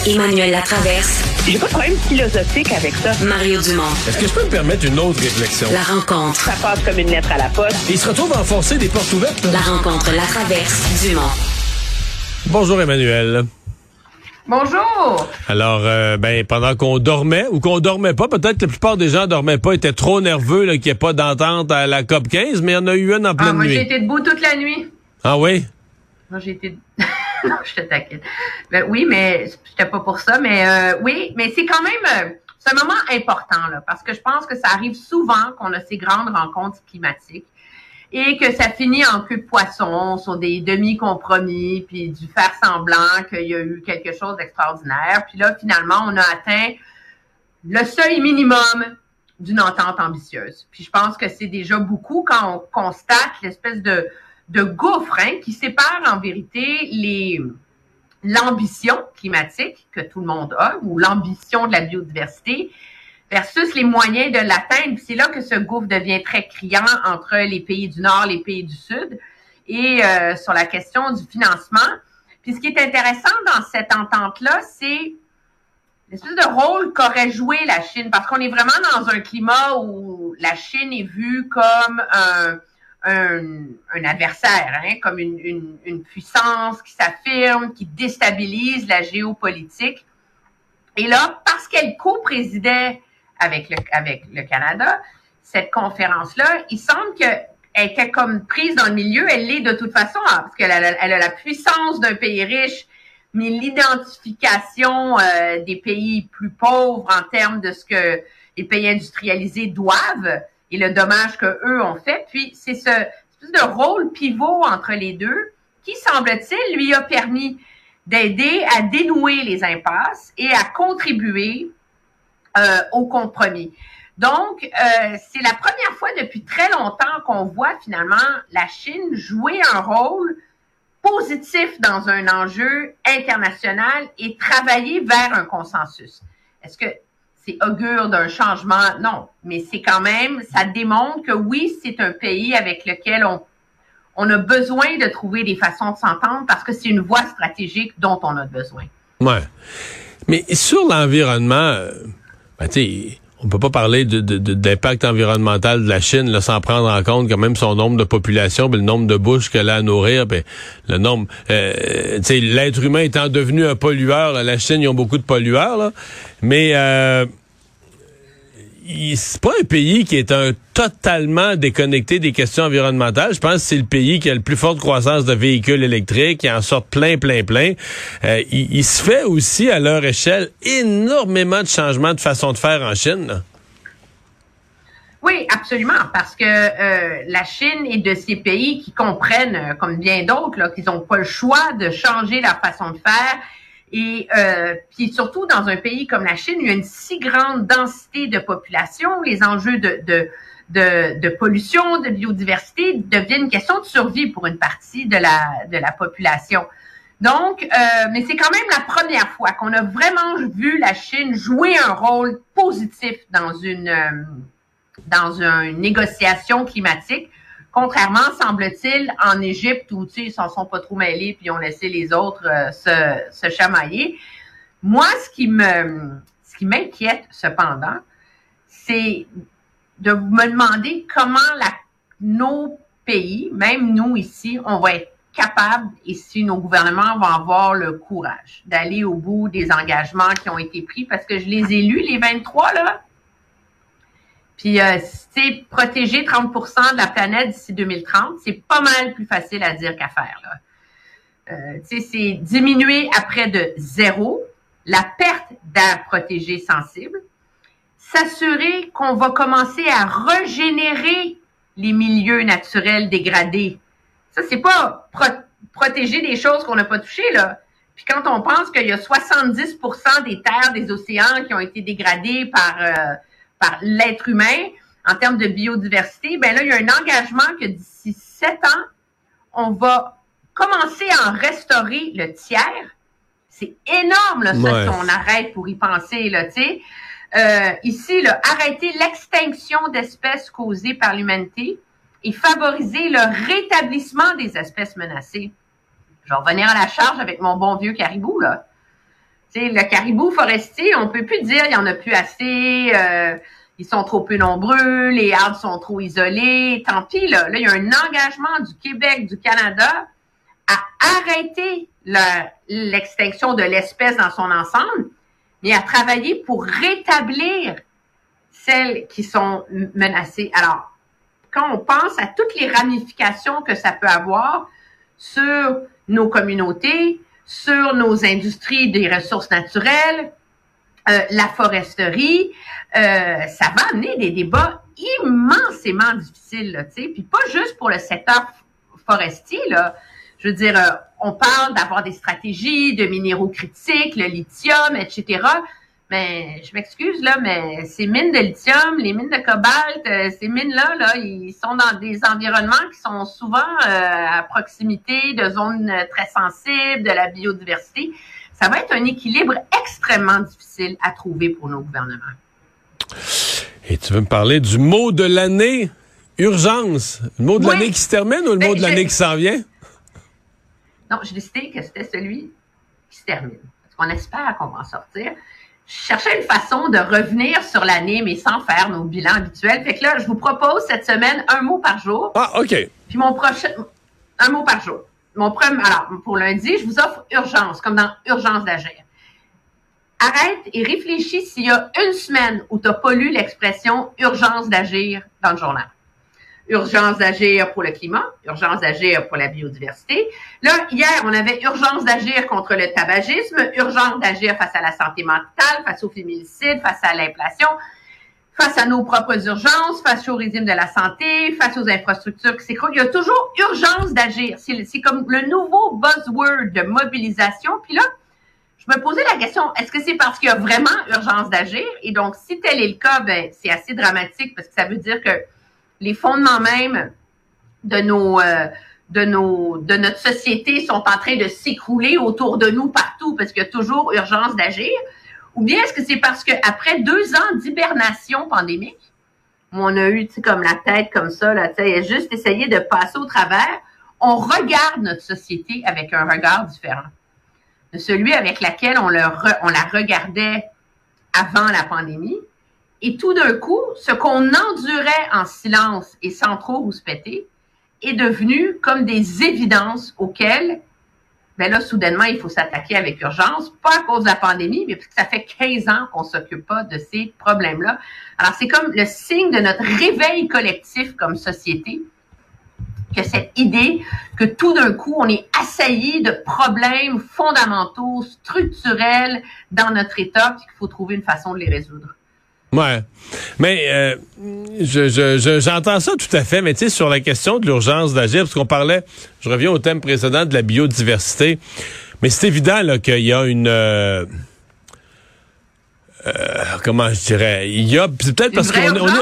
Emmanuel Latraverse. J'ai pas de problème philosophique avec ça. Mario Dumont. Est-ce que je peux me permettre une autre réflexion? La rencontre. Ça passe comme une lettre à la poste. Et il se retrouve à enfoncer des portes ouvertes. La rencontre Latraverse Dumont. Bonjour Emmanuel. Bonjour! Alors, pendant qu'on dormait, ou qu'on dormait pas, peut-être que la plupart des gens dormaient pas, étaient trop nerveux là, qu'il n'y ait pas d'entente à la COP 15, mais il y en a eu une en pleine moi, nuit. j'ai été debout toute la nuit. Ah oui? Moi, j'ai été... non, je te taquine. Oui, mais c'était pas pour ça, mais oui, mais c'est quand même... c'est un moment important, là, parce que je pense que ça arrive souvent qu'on a ces grandes rencontres climatiques et que ça finit en queue de poisson, sur des demi-compromis, puis du faire semblant qu'il y a eu quelque chose d'extraordinaire. Puis là, finalement, on a atteint le seuil minimum d'une entente ambitieuse. Puis je pense que c'est déjà beaucoup quand on constate l'espèce de gouffre qui sépare en vérité l'ambition climatique que tout le monde a, ou l'ambition de la biodiversité, versus les moyens de l'atteindre. C'est là que ce gouffre devient très criant entre les pays du Nord, les pays du Sud, et sur la question du financement. Puis ce qui est intéressant dans cette entente-là, c'est l'espèce de rôle qu'aurait joué la Chine, parce qu'on est vraiment dans un climat où la Chine est vue comme un adversaire, comme une puissance qui s'affirme, qui déstabilise la géopolitique. Et là, parce qu'elle co-présidait avec le Canada, cette conférence-là, il semble qu'elle était comme prise dans le milieu. Elle l'est de toute façon, parce qu'elle a la puissance d'un pays riche, mais l'identification des pays plus pauvres en termes de ce que les pays industrialisés doivent et le dommage qu'eux ont fait. Puis c'est ce espèce de rôle pivot entre les deux qui, semble-t-il, lui a permis d'aider à dénouer les impasses et à contribuer au compromis. Donc, c'est la première fois depuis très longtemps qu'on voit finalement la Chine jouer un rôle positif dans un enjeu international et travailler vers un consensus. Est-ce que c'est augure d'un changement? Non, mais c'est quand même, ça démontre que oui, c'est un pays avec lequel on a besoin de trouver des façons de s'entendre parce que c'est une voie stratégique dont on a besoin. Ouais. Mais sur l'environnement, tu sais, on peut pas parler d'impact environnemental de la Chine là, sans prendre en compte quand même son nombre de population, puis le nombre de bouches qu'elle a à nourrir, puis le nombre, tu sais, l'être humain étant devenu un pollueur, là, la Chine, ils ont beaucoup de pollueurs, là, mais c'est pas un pays qui est totalement déconnecté des questions environnementales. Je pense que c'est le pays qui a le plus forte croissance de véhicules électriques, qui en sortent plein. Il se fait aussi, à leur échelle, énormément de changements de façon de faire en Chine, là. Oui, absolument, parce que la Chine est de ces pays qui comprennent, comme bien d'autres, là, qu'ils n'ont pas le choix de changer leur façon de faire. Et puis surtout dans un pays comme la Chine, il y a une si grande densité de population, les enjeux de pollution, de biodiversité deviennent une question de survie pour une partie de la population. Donc, mais c'est quand même la première fois qu'on a vraiment vu la Chine jouer un rôle positif dans une négociation climatique. Contrairement, semble-t-il, en Égypte, où, tu sais, ils s'en sont pas trop mêlés puis ils ont laissé les autres se chamailler. Moi, ce qui m'inquiète, cependant, c'est de me demander comment nos pays, même nous ici, on va être capables, et si nos gouvernements vont avoir le courage d'aller au bout des engagements qui ont été pris, parce que je les ai lus, les 23, là. Puis, c'est protéger 30% de la planète d'ici 2030, c'est pas mal plus facile à dire qu'à faire, là. C'est diminuer à près de 0 la perte d'air protégé sensible, s'assurer qu'on va commencer à régénérer les milieux naturels dégradés. Ça, c'est pas protéger des choses qu'on n'a pas touchées, là. Puis quand on pense qu'il y a 70% des terres, des océans qui ont été dégradés par l'être humain en termes de biodiversité, ben là, il y a un engagement que d'ici 7 ans, on va commencer à en restaurer le tiers. C'est énorme, là, ça, si on arrête pour y penser, là, tu sais. Ici, là, arrêter l'extinction d'espèces causées par l'humanité et favoriser le rétablissement des espèces menacées. Je vais revenir à la charge avec mon bon vieux caribou, là. Tu sais, le caribou forestier, on peut plus dire il y en a plus assez, ils sont trop peu nombreux, les arbres sont trop isolés. Tant pis, là, il y a un engagement du Québec, du Canada à arrêter l'extinction de l'espèce dans son ensemble, mais à travailler pour rétablir celles qui sont menacées. Alors, quand on pense à toutes les ramifications que ça peut avoir sur nos communautés, sur nos industries des ressources naturelles, la foresterie, ça va amener des débats immensément difficiles, là, tu sais, puis pas juste pour le secteur forestier, là. Je veux dire, on parle d'avoir des stratégies de minéraux critiques, le lithium, etc. Mais je m'excuse, là, mais ces mines de lithium, les mines de cobalt, ces mines-là, là, ils sont dans des environnements qui sont souvent à proximité de zones très sensibles, de la biodiversité. Ça va être un équilibre extrêmement difficile à trouver pour nos gouvernements. Et tu veux me parler du mot de l'année, urgence. Le mot de l'année qui se termine ou le mot de l'année qui s'en vient? Non, j'ai décidé que c'était celui qui se termine. Parce qu'on espère qu'on va en sortir. Je cherchais une façon de revenir sur l'année, mais sans faire nos bilans habituels. Fait que là, je vous propose cette semaine un mot par jour. Ah, OK. Puis mon prochain... Un mot par jour. Alors, pour lundi, je vous offre urgence, comme dans urgence d'agir. Arrête et réfléchis s'il y a une semaine où tu n'as pas lu l'expression urgence d'agir dans le journal. Urgence d'agir pour le climat, urgence d'agir pour la biodiversité. Là, hier, on avait urgence d'agir contre le tabagisme, urgence d'agir face à la santé mentale, face aux féminicides, face à l'inflation, face à nos propres urgences, face au régime de la santé, face aux infrastructures qui s'écroulent. Il y a toujours urgence d'agir. C'est comme le nouveau buzzword de mobilisation. Puis là, je me posais la question, est-ce que c'est parce qu'il y a vraiment urgence d'agir? Et donc, si tel est le cas, ben, c'est assez dramatique parce que ça veut dire que les fondements même de notre société sont en train de s'écrouler autour de nous partout parce qu'il y a toujours urgence d'agir? Ou bien est-ce que c'est parce qu'après 2 ans d'hibernation pandémique, où on a eu, tu sais, comme la tête comme ça, là, tu sais, juste essayer de passer au travers, on regarde notre société avec un regard différent de celui avec lequel on la regardait avant la pandémie. Et tout d'un coup, ce qu'on endurait en silence et sans trop rouspéter est devenu comme des évidences auxquelles, ben là, soudainement, il faut s'attaquer avec urgence, pas à cause de la pandémie, mais parce que ça fait 15 ans qu'on s'occupe pas de ces problèmes-là. Alors, c'est comme le signe de notre réveil collectif comme société, que cette idée que tout d'un coup, on est assailli de problèmes fondamentaux, structurels dans notre État, puis qu'il faut trouver une façon de les résoudre. Ouais, mais j'entends ça tout à fait, mais tu sais, sur la question de l'urgence d'agir, parce qu'on parlait, je reviens au thème précédent de la biodiversité, mais c'est évident là qu'il y a une... comment je dirais, il y a, c'est peut-être parce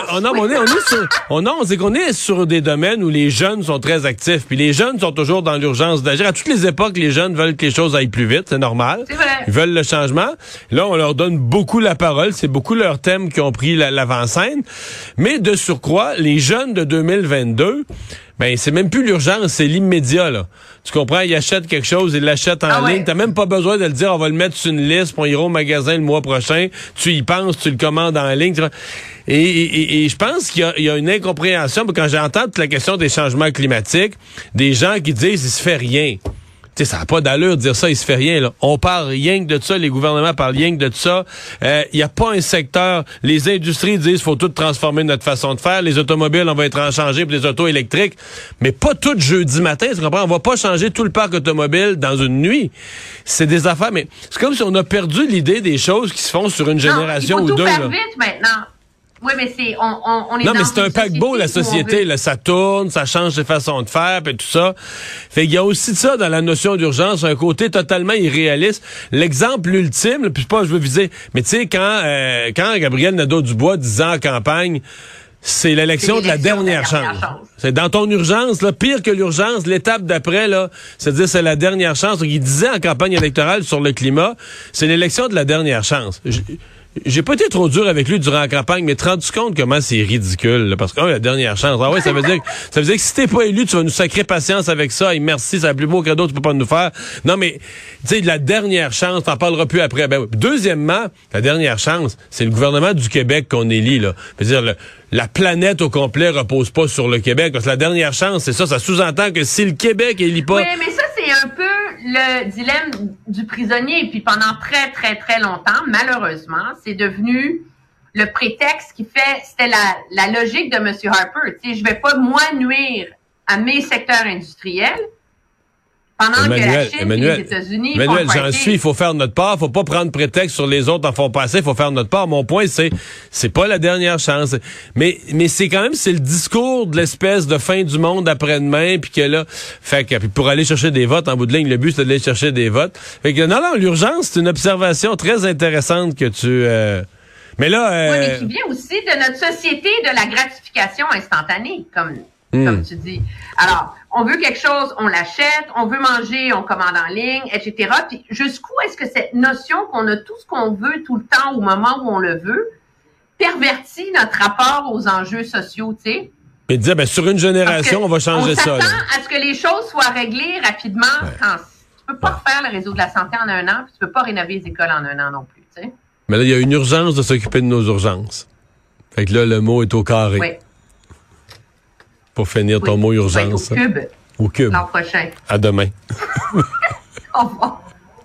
qu'on est sur des domaines où les jeunes sont très actifs, puis les jeunes sont toujours dans l'urgence d'agir. À toutes les époques, les jeunes veulent que les choses aillent plus vite, c'est normal. C'est vrai. Ils veulent le changement. Là, on leur donne beaucoup la parole, c'est beaucoup leurs thèmes qui ont pris l'avant-scène. Mais de surcroît, les jeunes de 2022, ben c'est même plus l'urgence, c'est l'immédiat, là. Tu comprends? Ils achètent quelque chose, ils l'achètent en ligne. T'as même pas besoin de le dire, on va le mettre sur une liste, puis on ira au magasin le mois prochain. Tu y penses, tu le commandes en ligne. Et je pense qu'il y a une incompréhension, quand j'entends toute la question des changements climatiques, des gens qui disent, il se fait rien. Tu sais, ça n'a pas d'allure de dire ça, il se fait rien, là. On parle rien que de ça, les gouvernements parlent rien que de ça. Il n'y a pas un secteur, les industries disent faut tout transformer notre façon de faire, les automobiles, on va être en changer pour les autos électriques, mais pas tout jeudi matin, tu comprends? On va pas changer tout le parc automobile dans une nuit. C'est des affaires, mais c'est comme si on a perdu l'idée des choses qui se font sur une génération ou deux. Il faut tout faire là. vite maintenant. Oui, mais c'est on est non, dans mais c'est un paquebot, la société. Là, ça tourne, ça change ses façons de faire, puis tout ça. Fait qu'il y a aussi de ça dans la notion d'urgence, un côté totalement irréaliste. L'exemple ultime, puis pas, je veux viser, mais tu sais, quand Gabriel Nadeau-Dubois disait en campagne, c'est l'élection de la dernière chance. C'est dans ton urgence, là, pire que l'urgence, l'étape d'après, là, c'est-à-dire c'est la dernière chance. Donc, il disait en campagne électorale sur le climat, c'est l'élection de la dernière chance. j'ai pas été trop dur avec lui durant la campagne, mais te rends-tu compte comment c'est ridicule, là, parce que, la dernière chance. Ah ouais, ça veut dire que si t'es pas élu, tu vas nous sacrer patience avec ça, et merci, c'est le plus beau cadeau que tu peux pas nous faire. Non, mais, tu sais, la dernière chance, t'en parleras plus après. Ben, deuxièmement, la dernière chance, c'est le gouvernement du Québec qu'on élit, là. C'est-à-dire, la planète au complet repose pas sur le Québec, parce que la dernière chance, c'est ça, ça sous-entend que si le Québec élit pas... Oui, mais ça, c'est un peu le dilemme du prisonnier. Et puis pendant très, très, très longtemps, malheureusement, c'est devenu le prétexte qui fait... C'était la logique de M. Harper. Tu sais, je vais pas, moi, nuire à mes secteurs industriels pendant que la Chine et les États-Unis font j'en suis, il faut faire notre part, faut pas prendre prétexte sur les autres en font passer, il faut faire notre part. Mon point, c'est pas la dernière chance. Mais c'est quand même, c'est le discours de l'espèce de fin du monde après-demain, puis que là, fait que, puis pour aller chercher des votes, en bout de ligne, le but, c'est d'aller chercher des votes. Fait que, non, l'urgence, c'est une observation très intéressante que tu... Mais là... Oui, mais qui vient aussi de notre société de la gratification instantanée, comme tu dis. Alors, on veut quelque chose, on l'achète, on veut manger, on commande en ligne, etc. Puis jusqu'où est-ce que cette notion qu'on a tout ce qu'on veut tout le temps au moment où on le veut pervertit notre rapport aux enjeux sociaux, tu sais? Et dire, sur une génération, on va changer ça. On s'attend à ce que les choses soient réglées rapidement. Ouais. Tu peux pas refaire le réseau de la santé en 1 an, puis tu peux pas rénover les écoles en 1 an non plus, tu sais? Mais là, il y a une urgence de s'occuper de nos urgences. Fait que là, le mot est au carré. Oui. Pour finir ton mot urgence. Au cube. Au cube. L'an prochain. À demain. Au revoir.